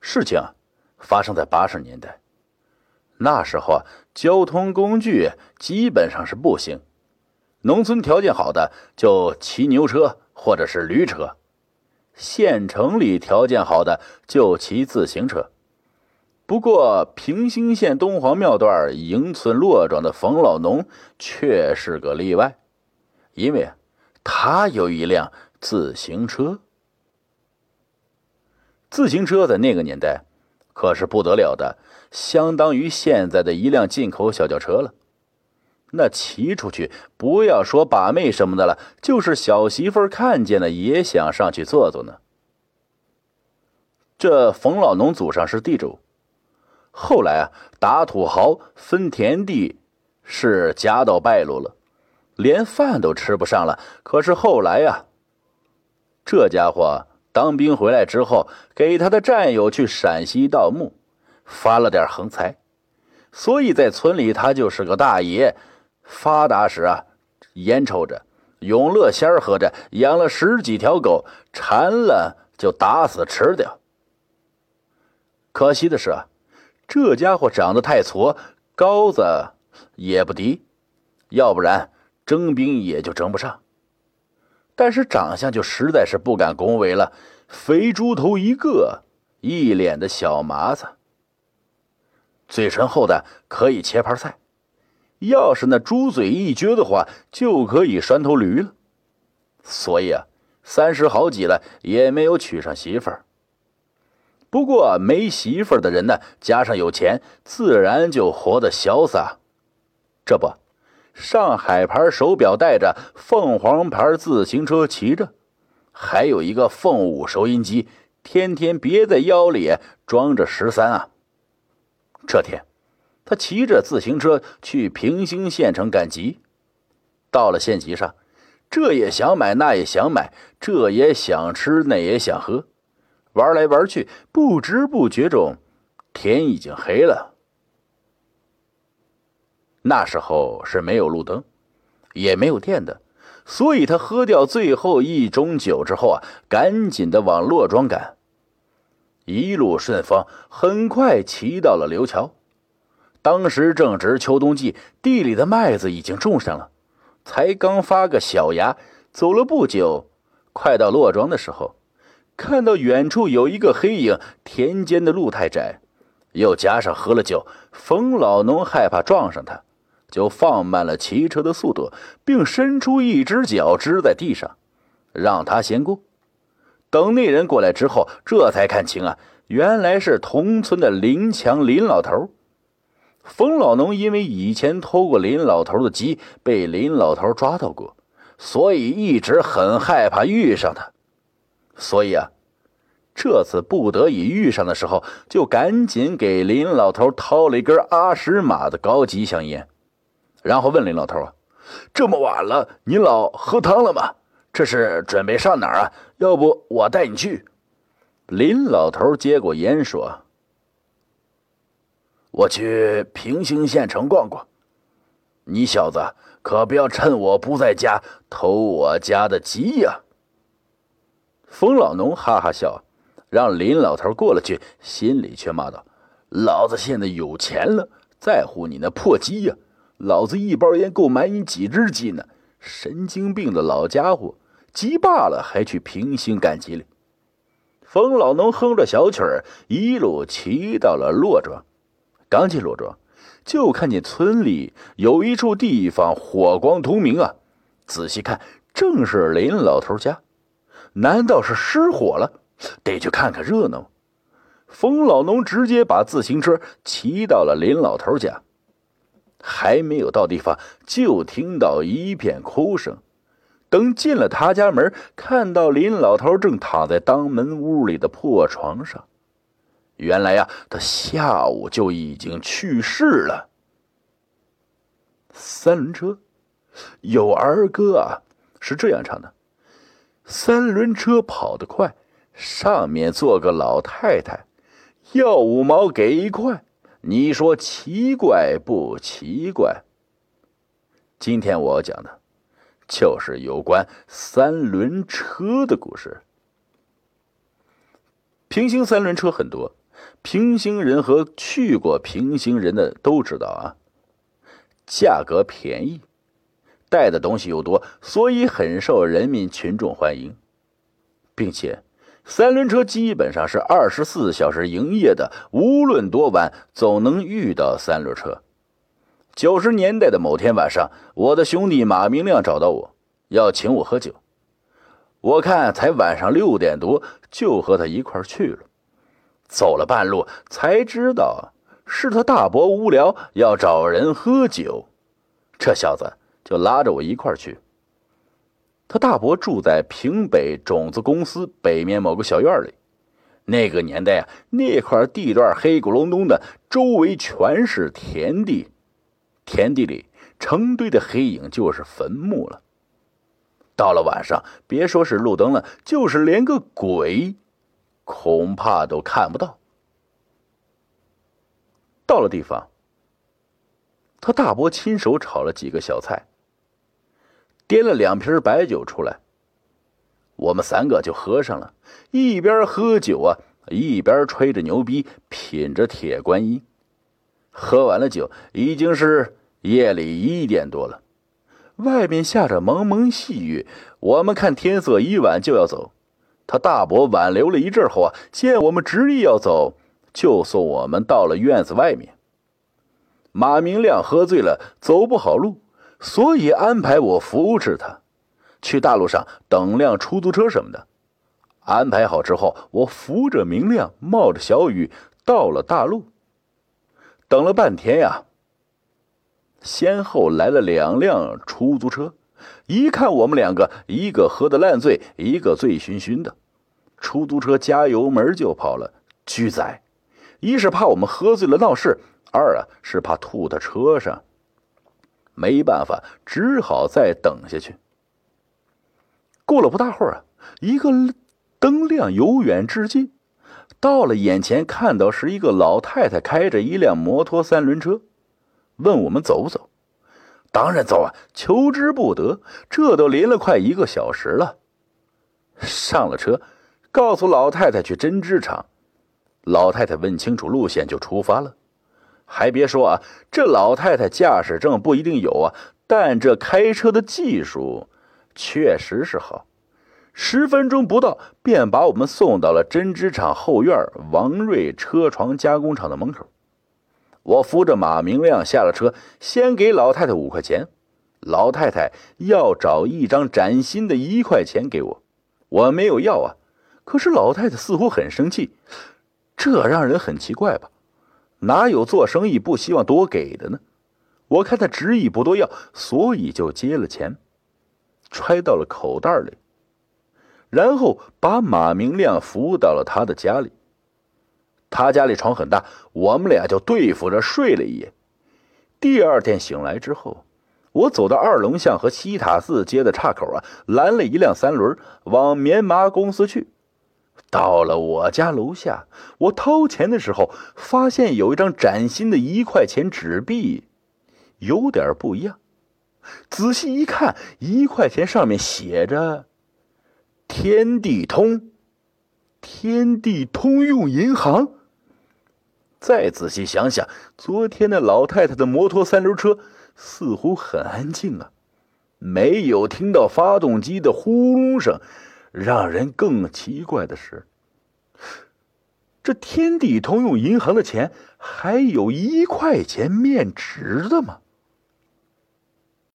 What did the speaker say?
事情发生在80年代，那时候交通工具基本上是步行，农村条件好的就骑牛车或者是驴车，县城里条件好的就骑自行车。不过平兴县东黄庙段营村骆庄的冯老农却是个例外，因为他有一辆自行车。自行车在那个年代可是不得了的，相当于现在的一辆进口小轿车了。那骑出去，不要说把妹什么的了，就是小媳妇儿看见了也想上去坐坐呢。这冯老农祖上是地主，后来打土豪分田地是家道败落了，连饭都吃不上了。可是后来这家伙当兵回来之后，给他的战友去陕西盗墓，发了点横财，所以在村里他就是个大爷。发达时烟抽着，永乐仙儿喝着，养了10几条狗，馋了就打死吃掉。可惜的是这家伙长得太矬，高子也不低，要不然征兵也就征不上。但是长相就实在是不敢恭维了，肥猪头一个，一脸的小麻子，嘴唇厚的可以切盘菜，要是那猪嘴一撅的话，就可以拴头驴了。所以30好几了也没有娶上媳妇儿。不过没媳妇儿的人呢，加上有钱，自然就活得潇洒。这不，上海牌手表戴着，凤凰牌自行车骑着，还有一个凤舞收音机，天天别在腰里装着13。这天他骑着自行车去平兴县城赶集，到了县集上，这也想买那也想买，这也想吃那也想喝，玩来玩去，不知不觉中天已经黑了。那时候是没有路灯也没有电的，所以他喝掉最后1盅酒之后赶紧的往骆庄赶。一路顺风，很快骑到了刘桥。当时正值秋冬季，地里的麦子已经种上了，才刚发个小芽。走了不久，快到骆庄的时候，看到远处有一个黑影，田间的路太窄，又加上喝了酒，冯老农害怕撞上他，就放慢了骑车的速度，并伸出一只脚支在地上，让他先过。等那人过来之后，这才看清原来是同村的林强林老头。冯老农因为以前偷过林老头的鸡，被林老头抓到过，所以一直很害怕遇上他。所以这次不得已遇上的时候，就赶紧给林老头掏了一根20码的高级香烟，然后问林老头这么晚了，您老喝汤了吗？这是准备上哪儿要不我带你去。林老头接过烟说，我去平兴县城逛逛，你小子可不要趁我不在家偷我家的鸡呀。冯老农哈哈笑，让林老头过了去，心里却骂道，老子现在有钱了，在乎你那破鸡呀？老子一包烟够买你几只鸡呢？神经病的老家伙，鸡罢了还去平兴赶集里。冯老农哼着小曲儿，一路骑到了骆庄。刚进骆庄，就看见村里有一处地方火光通明仔细看，正是林老头家。难道是失火了？得去看看热闹。冯老农直接把自行车骑到了林老头家，还没有到地方，就听到一片哭声。等进了他家门，看到林老头正躺在当门屋里的破床上。原来他下午就已经去世了。三轮车有儿歌是这样唱的，三轮车跑得快，上面坐个老太太，要5毛给1块，你说奇怪不奇怪？今天我讲的就是有关三轮车的故事。平兴三轮车很多， 平行人和去过平行人的都知道啊，价格便宜，带的东西又多，所以很受人民群众欢迎，并且三轮车基本上是24小时营业的，无论多晚总能遇到三轮车。90年代的某天晚上，我的兄弟马明亮找到我，要请我喝酒。我看才晚上6点多，就和他一块去了。走了半路才知道是他大伯无聊要找人喝酒，这小子就拉着我一块去。他大伯住在平北种子公司北面某个小院里。那个年代啊，那块地段黑咕隆咚的，周围全是田地，田地里成堆的黑影，就是坟墓了。到了晚上，别说是路灯了，就是连个鬼恐怕都看不到。到了地方，他大伯亲手炒了几个小菜，掂了2瓶白酒出来，我们3个就喝上了，一边喝酒啊，一边吹着牛逼，品着铁观音。喝完了酒，已经是夜里1点多了，外面下着蒙蒙细雨，我们看天色已晚就要走。他大伯挽留了一阵后啊，见我们执意要走，就送我们到了院子外面。马明亮喝醉了，走不好路，所以安排我扶持他去大路上等辆出租车什么的。安排好之后，我扶着明亮，冒着小雨到了大路。等了半天呀，先后来了2辆出租车，一看我们2个，一个喝得烂醉，一个醉醺醺的。出租车加油门就跑了，拒载。一是怕我们喝醉了闹事，二啊是怕吐到车上。没办法，只好再等下去。过了不大会儿啊，一个灯亮由远至近，到了眼前，看到是一个老太太开着一辆摩托3轮车，问我们走不走。当然走啊，求之不得，这都淋了快1个小时了。上了车，告诉老太太去针织厂。老太太问清楚路线就出发了。还别说啊，这老太太驾驶证不一定有啊，但这开车的技术确实是好。10分钟不到，便把我们送到了针织厂后院王瑞车床加工厂的门口。我扶着马明亮下了车，先给老太太5块钱。老太太要找一张崭新的1块钱给我，我没有要啊。可是老太太似乎很生气，这让人很奇怪吧？哪有做生意不希望多给的呢？我看她执意不多要，所以就接了钱，揣到了口袋里，然后把马明亮扶到了他的家里。他家里床很大，我们俩就对付着睡了一夜。第2天醒来之后，我走到2龙巷和西塔寺街的岔口啊，拦了一辆3轮往棉麻公司去。到了我家楼下，我掏钱的时候，发现有一张崭新的1块钱纸币，有点不一样。仔细一看，1块钱上面写着天地通，天地通用银行。再仔细想想，昨天的老太太的摩托3轮车似乎很安静啊，没有听到发动机的呼隆声。让人更奇怪的是，这天地通用银行的钱还有1块钱面值的吗？